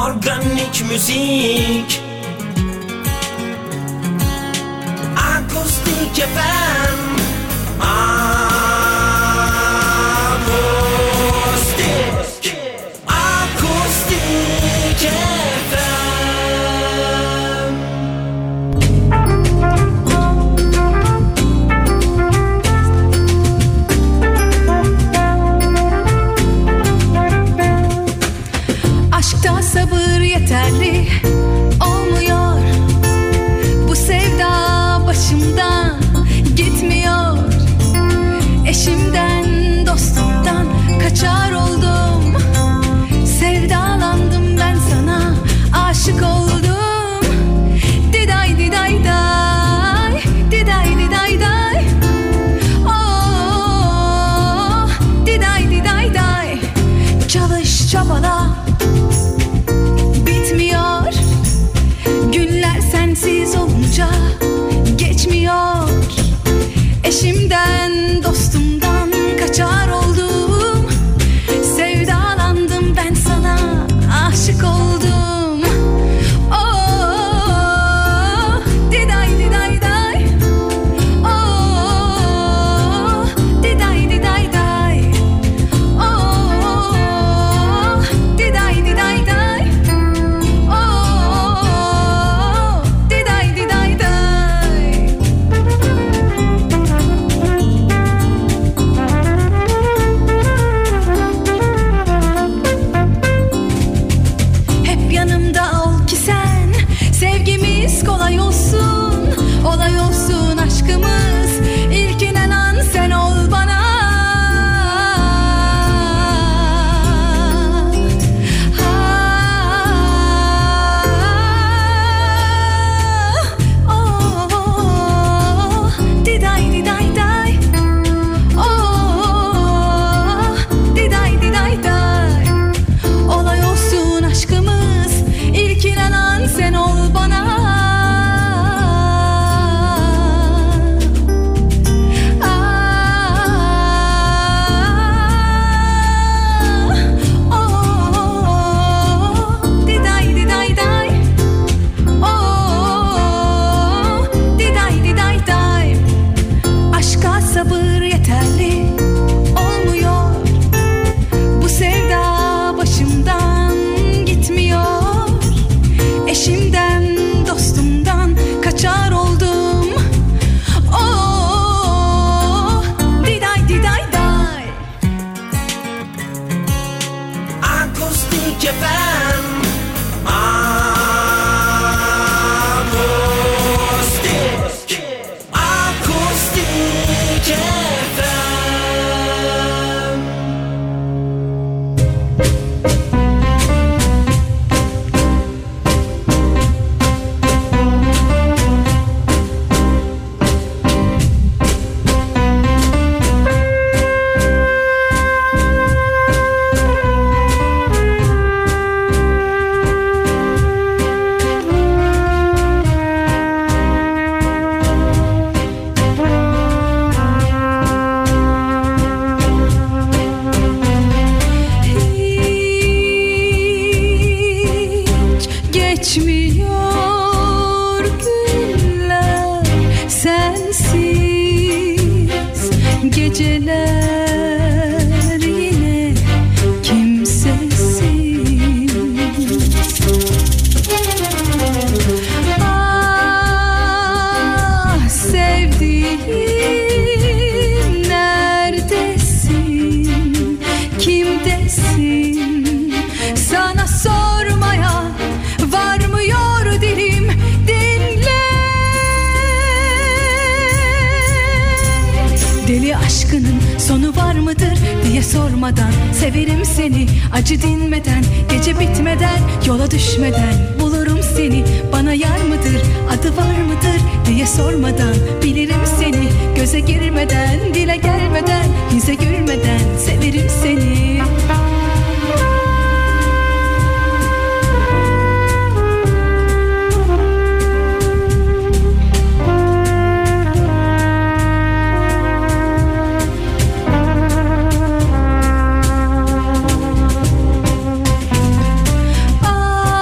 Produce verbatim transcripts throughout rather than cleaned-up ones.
Organik müzik, akustik F M, akustik, akustik F M. Aşkta sabır yeterli olmuyor, bu sevda başımdan gitmiyor. Eşimden dostumdan kaçar oldum, sevdalandım ben sana, aşık oldum. Diday diday day, diday diday day, oh, diday diday day. Çalış çabala, bitmiyor. Günler sensiz olunca geçmiyor. Eşimden dostumdan kaçar oldum, sevdalandım ben sana, aşık oldum. Oh, diday diday day, oh, diday diday day, oh, diday diday day, oh, diday diday day. Hep yanımda ol ki sen, sevgimiz kolay olsun, olay olsun aşkımız. İlk inanan sen ol bana. Ah, oh, diday diday day, oh, diday diday day. Olay olsun aşkımız, ilk inanan sen ol bana. Ah, oh, diday diday day, oh, diday diday day. Aşka sabır yeterli olmuyor, bu sevda başımdan gitmiyor. Eşimden dostumdan kaçar oldum, oh, diday diday day. Akustik F M, akustik, akustik F M. Hiç geçmiyor günler sensiz, geceler yine kimsesiz. Ah sevdiğim, neredesin, kimdesin? Sana sormaya varmıyor dilim, dinle. Deli aşkının sonu var mıdır diye sormadan, severim seni acı dinmeden, gece bitmeden, yola düşmeden bulurum seni. Bana yar mıdır, adı var mıdır diye sormadan, bilirim seni göze girmeden, dile gelmeden, yüze gülmeden, severim seni. Ah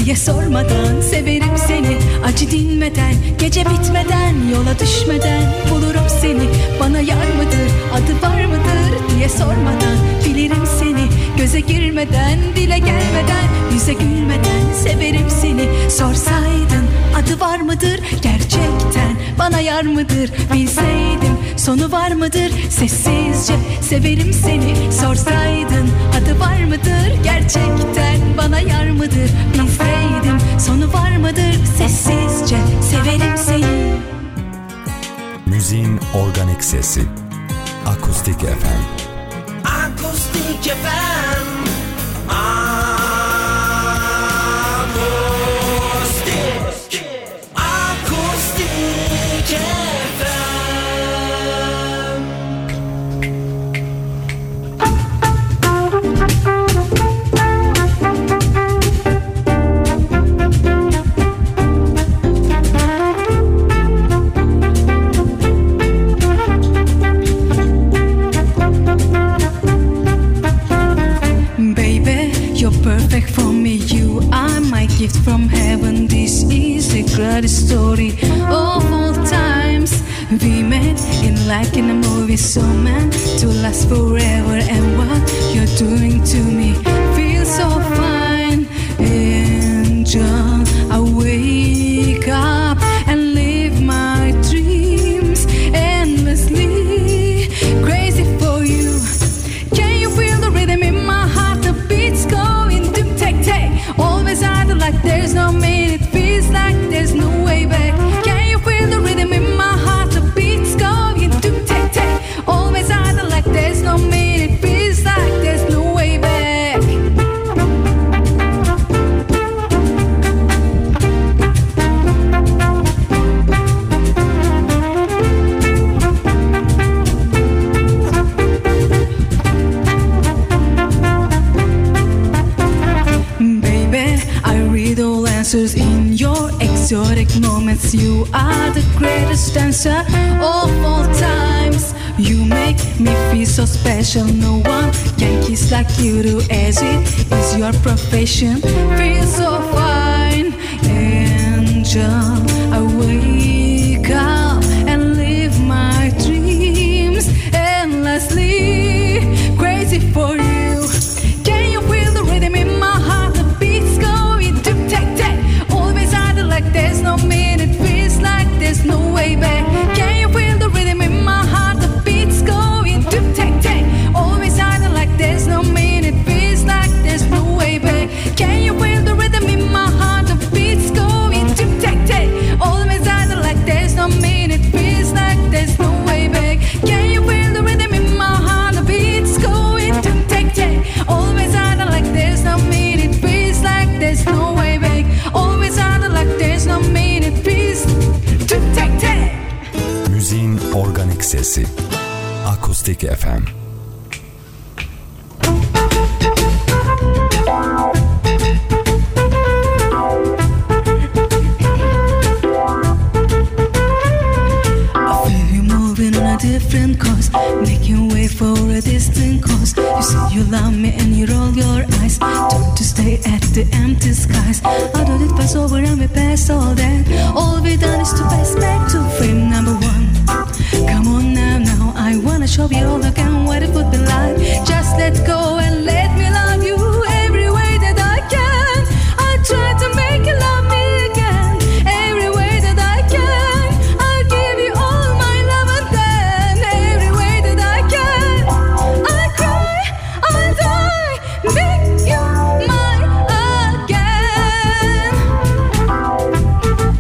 diye sormadan severim seni. Acı dinmeden, gece bitmeden, yola düşmeden bulurum seni. Bana yar mıdır, adı var mıdır diye sormadan bilirim seni. Göze girmeden, dile gelmeden, yüze gülmeden severim seni. Sorsaydın adı var mıdır gerçekten, bana yar mıdır bilseydim sonu var mıdır sessizce severim seni. Sorsaydın adı var mıdır gerçekten, bana yar mıdır bilseydim sonu var mıdır sessizce severim seni. Müziğin organik sesi Akustik F M. Akustik F M. Gift from heaven, this is the greatest story of all times. We met in like in a movie, so meant to last forever. And what you're doing to me feels so fine. Angel, I wake up and live my dreams endlessly. Crazy for you. Can you feel the rhythm in my heart? The beats going tic tac tac. Always either like there's no minute, feels like there's no way back. Can you feel the rhythm in my heart? The beats going tic tac tac. Always either like there's no minute, feels like there's no way back. In your exotic moments, you are the greatest dancer of all times. You make me feel so special. No one can kiss like you do, as it is your profession. Feel so fine, angel. I wake up and live my dreams endlessly. Crazy for you. Can you feel the rhythm in my heart? The beats going tic tac tac. Like there's no minute, feels like there's no way back. Can you feel the rhythm in my heart? The beats going tic tac tac. Always either like there's no minute, feels like there's no way back. Can you feel the rhythm in my heart? The beats going tic tac tac. Always either like there's no minute, feels like there's no way back. Can you feel the rhythm in my heart? The beats going tic tac tac. Always either like there's no minute, feels like there's no way back. Always either like there's no minute, peace. Tic-tac-tac. Müziğin organik sesi Akustik F M. Different course, making way for a distant cause. You say you love me and you roll your eyes, told to stay at the empty skies. How did it pass over and we pass all that? All we done is to pass back to frame number one. Come on now, now I wanna show you all again what it would be like. Just let go and let me love you every way that I can. I try to make you love me again every way that I can. I'll give you all my love and then every way that I can. I cry, I die, make you mine again.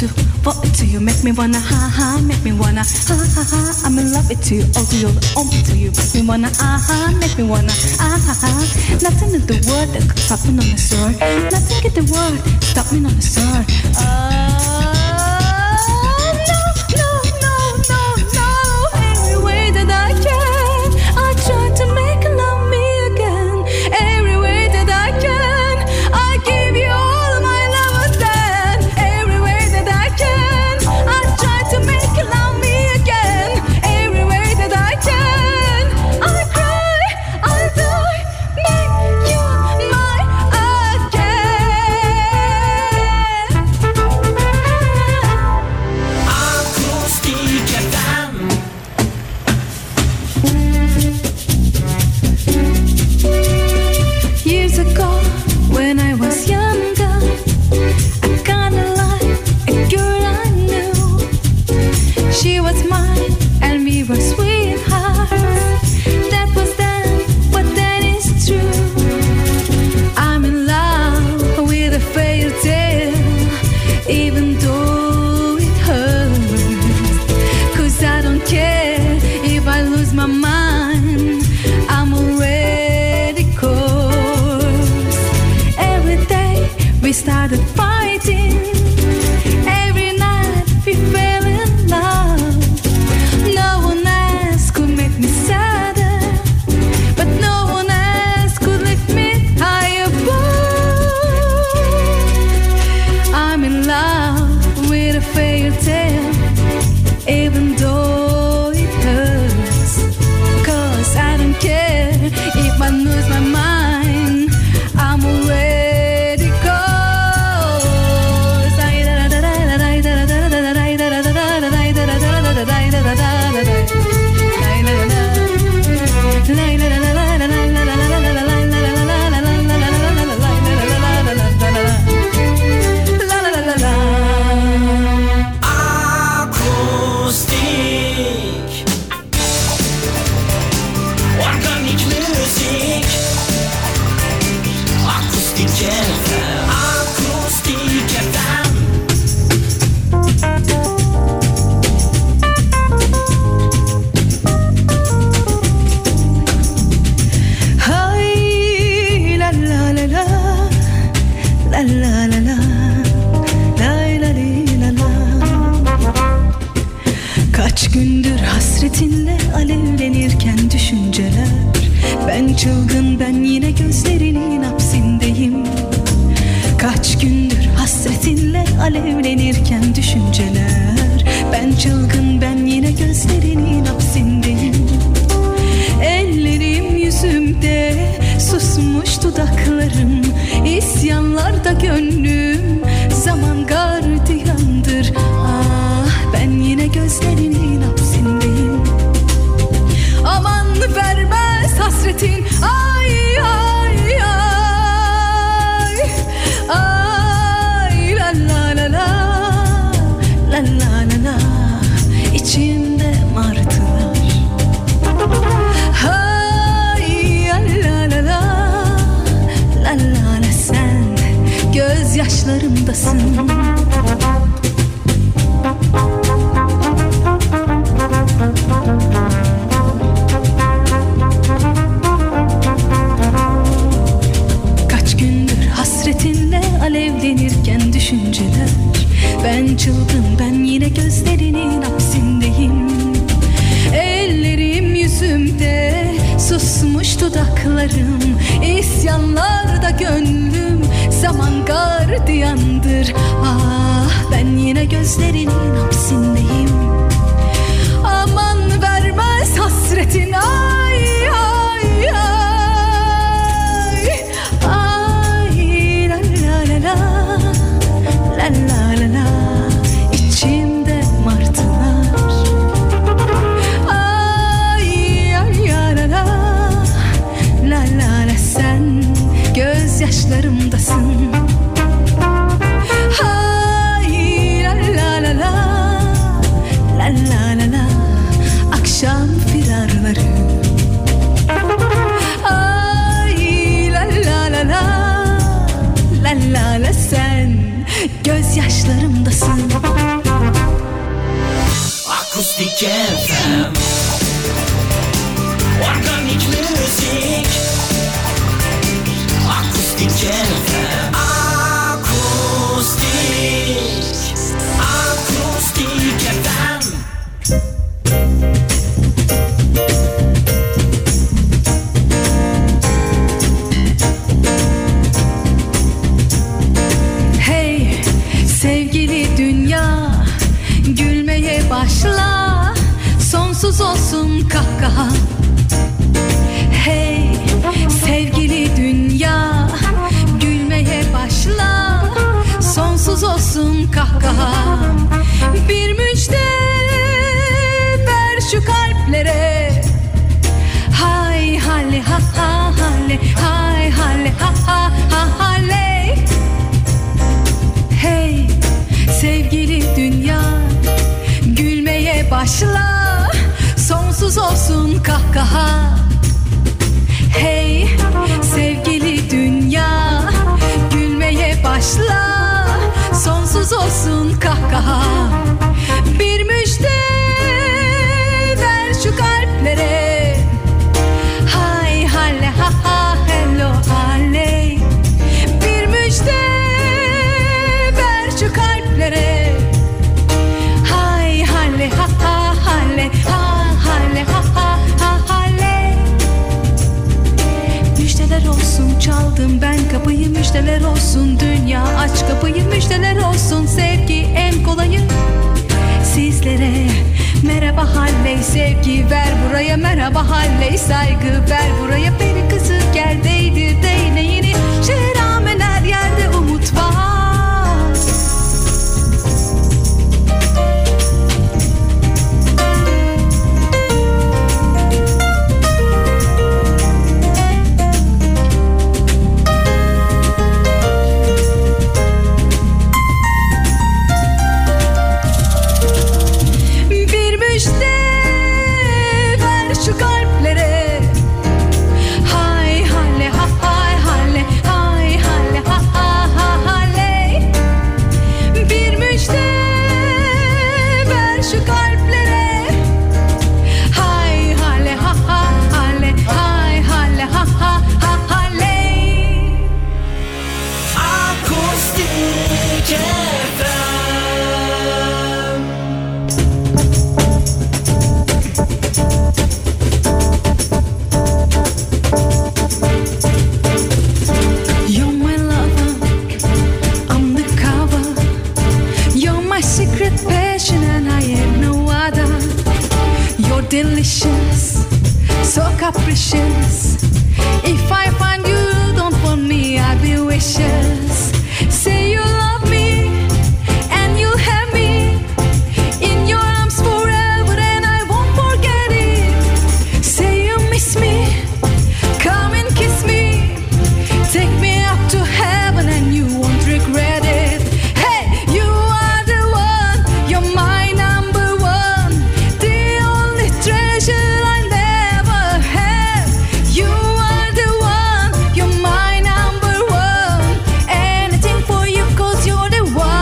do what to you, make me wanna ha ha, make me wanna ha ha ha. I'm in love with you, all to you, only to you, make me wanna ah ha, make me wanna ah ha ha. Nothing in the world that could stop me on the sword. Nothing in the world stop me on the sword. Ah. Started fighting. Every night we fell in love. No one else could make me sadder, but no one else could lift me high above. I'm in love with a fairy tale, even though it hurts. Cause I don't care if I lose my mind. I'm already hasretinle alevlenirken düşünceler. Ben çılgın, ben yine gözlerinin hapsindeyim. Kaç gündür hasretinle alevlenirken düşünceler. Ben çılgın, ben yine gözlerinin hapsindeyim. Ellerim yüzümde, susmuş dudaklarım. İsyanlarda gönlüm, zaman gardiyandır. Ah, ben yine gözlerinin hapsindeyim. Aman vermez hasretin, ay ay ay. Ay la la la la, la la la la. İçimde martılar. Ay la la la, la la la. Sen gözyaşlarımdasın. Kaç gündür hasretinle alevlenirken düşünceler. Ben çılgın, ben yine gözlerinin hapsindeyim. Ellerim yüzümde, susmuş dudaklarım. İsyanlarda gönlüm, zaman gardiyandır. Ah, ben yine gözlerinin hapsindeyim. Aman vermez hasretin, ay ay ay. Ay la la la la, la la la la. İçimde martılar. Ay ay la la, la la la. Sen gözyaşlarımdasın. Ay la la la la, yanımdasın. Akustik F M, organik müzik. Akustik F M, akustik, akustik F M. Hey sevgili dünya, gülmeye başla, sonsuz olsun kahkaha. Hey sevgili dünya, gülmeye başla, sonsuz olsun kahkaha. Bir müjde ver şu kalplere, hay halle ha ha halle, hay halle ha ha ha halle. Hey sevgili dünya, gülmeye başla, sonsuz olsun kahkaha. Hey sevgili dünya, gülmeye başla, sonsuz olsun kahkaha. Bir müjde ver şu kalplere, hay halle ha ha hello halle. Bir müjde ver şu kalplere, hay halle ha ha halle, ha halle ha ha ha halle. Müjdeler olsun çaldım ben kapıyı, müjdeler olsun dünya, aç kapıyı, müjdeler olsun sevgi en kolayı. Sizlere merhaba halley, sevgi ver buraya, merhaba halley, saygı ver buraya. Peri kızı gel değdir değneğini, şehre rağmen her yerde umut var. Delicious, so capricious. If I find you don't want me, I'll be vicious. Say you love me and you'll have me in your arms forever, and I won't forget it. Say you miss me, come and kiss me, take me up to heaven and you won't regret it. Hey, you are the one, you're my number one, the only treasure I never had. You are the one, you're my number one, anything for you 'cause you're the one.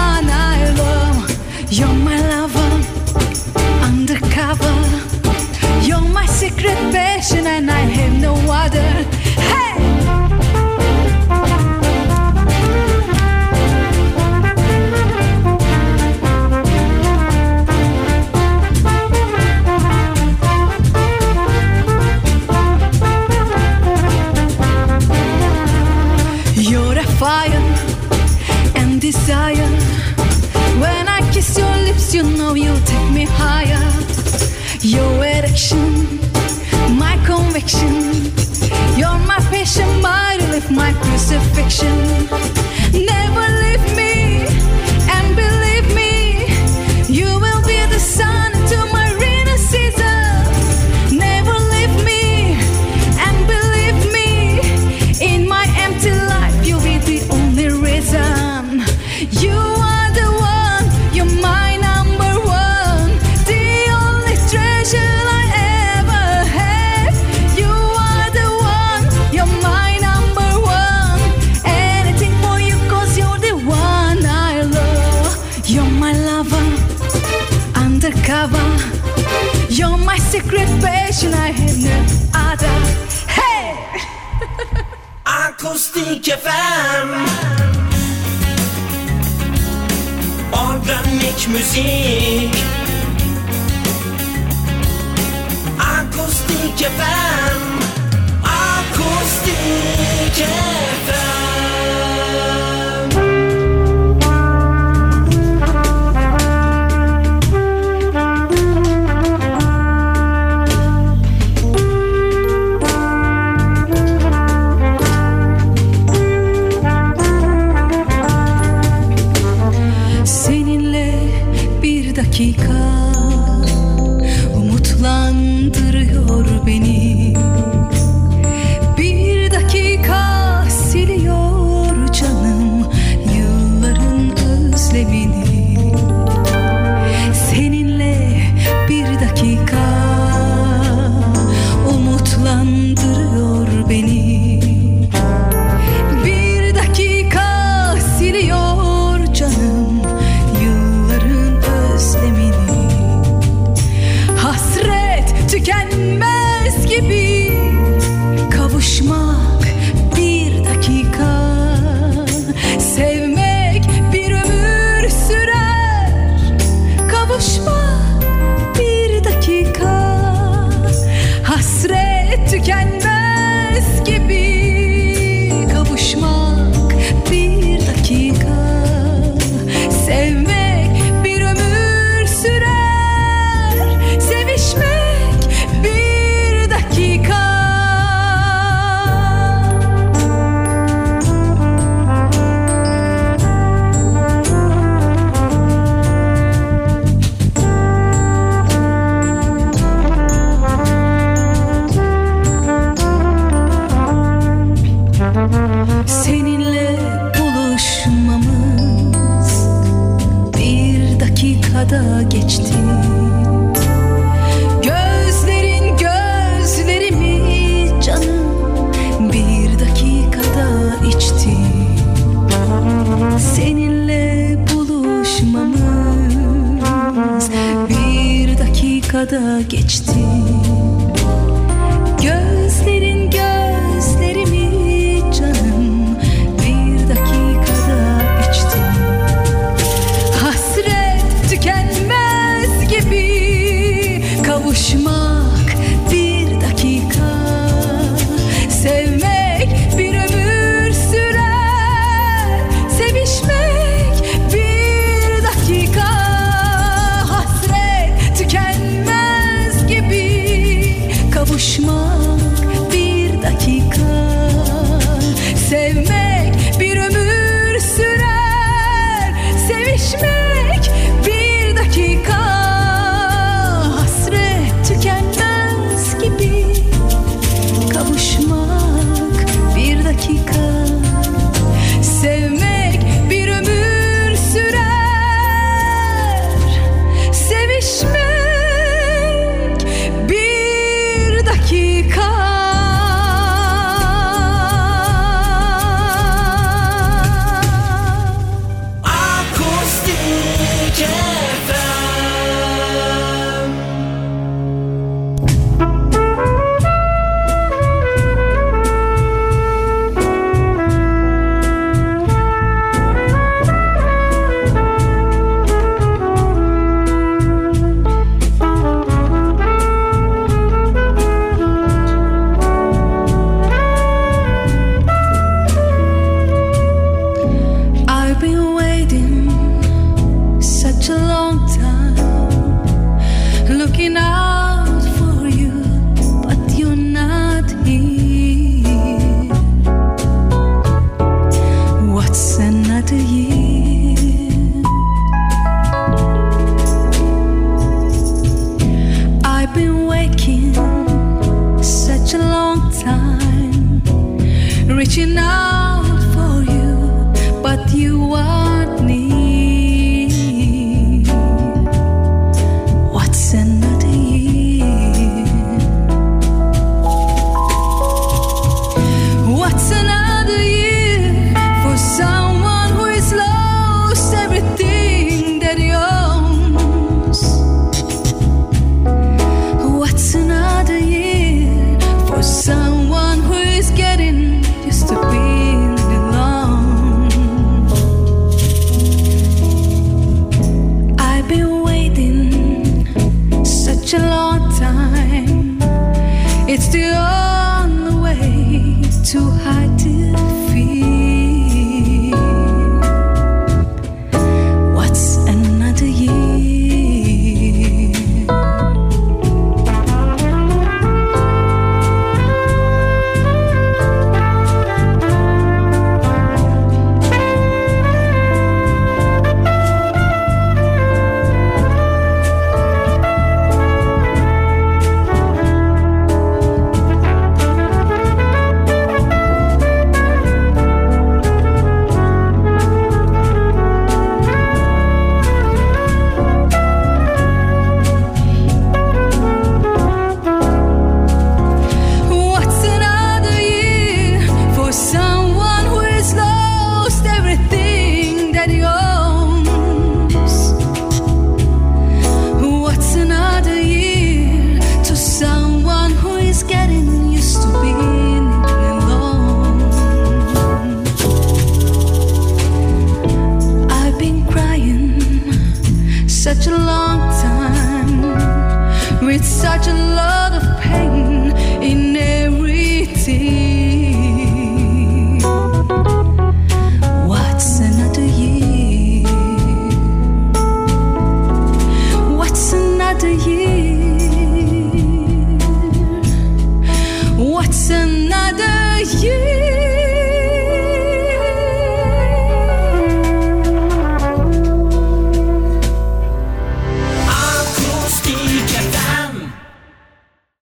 my lover, undercover. You're my secret passion, I have no other. Hey! Akustik F M, organik müzik. Akustik F M, Akustik F M. Dakika umutlandırıyor beni. Bir dakika siliyor canım yılların özlemini. Seninle bir dakika umutlandırıyor beni. Bir dakika siliyor canım hasret tükenmez gibi kavuşmak bir dakika, sevmek bir ömür sürer. Kavuşmak bir dakika, hasret tükenmez gibi kavuşmak bir dakika, sevmek bir ömür sürer. Sevişmek bir dakika. Seninle buluşmamız bir dakikada geçti. Gözlerin gözlerimi canım bir dakikada içti. Seninle buluşmamız bir dakikada geçti. Gözlerin gözlerimi canım bir dakikada içti. Hasret tükenmez gibi kavuşmak bir dakika, sevmek bir ömür sürer. Sevişmek bir dakika, hasret tükenmez gibi kavuşmak bir dakika, sevmek bir ömür sürer. Sevişmek bir dakika, hasret tükenmez gibi kavuşmak bir dakika, sevmek bir ömür sürer. Sevişmek bir dakika. Akustik F M. I've been waiting such a long time, looking out for you, but you're not here. What's another year? I've been waking such a long time, reaching out for you, but you aren't near. What's another year? What's another year for someone who has lost everything that he been waiting such a long time. It's the only way to hide defeat. What's another year? Such a long time with such a lot of pain in every tear.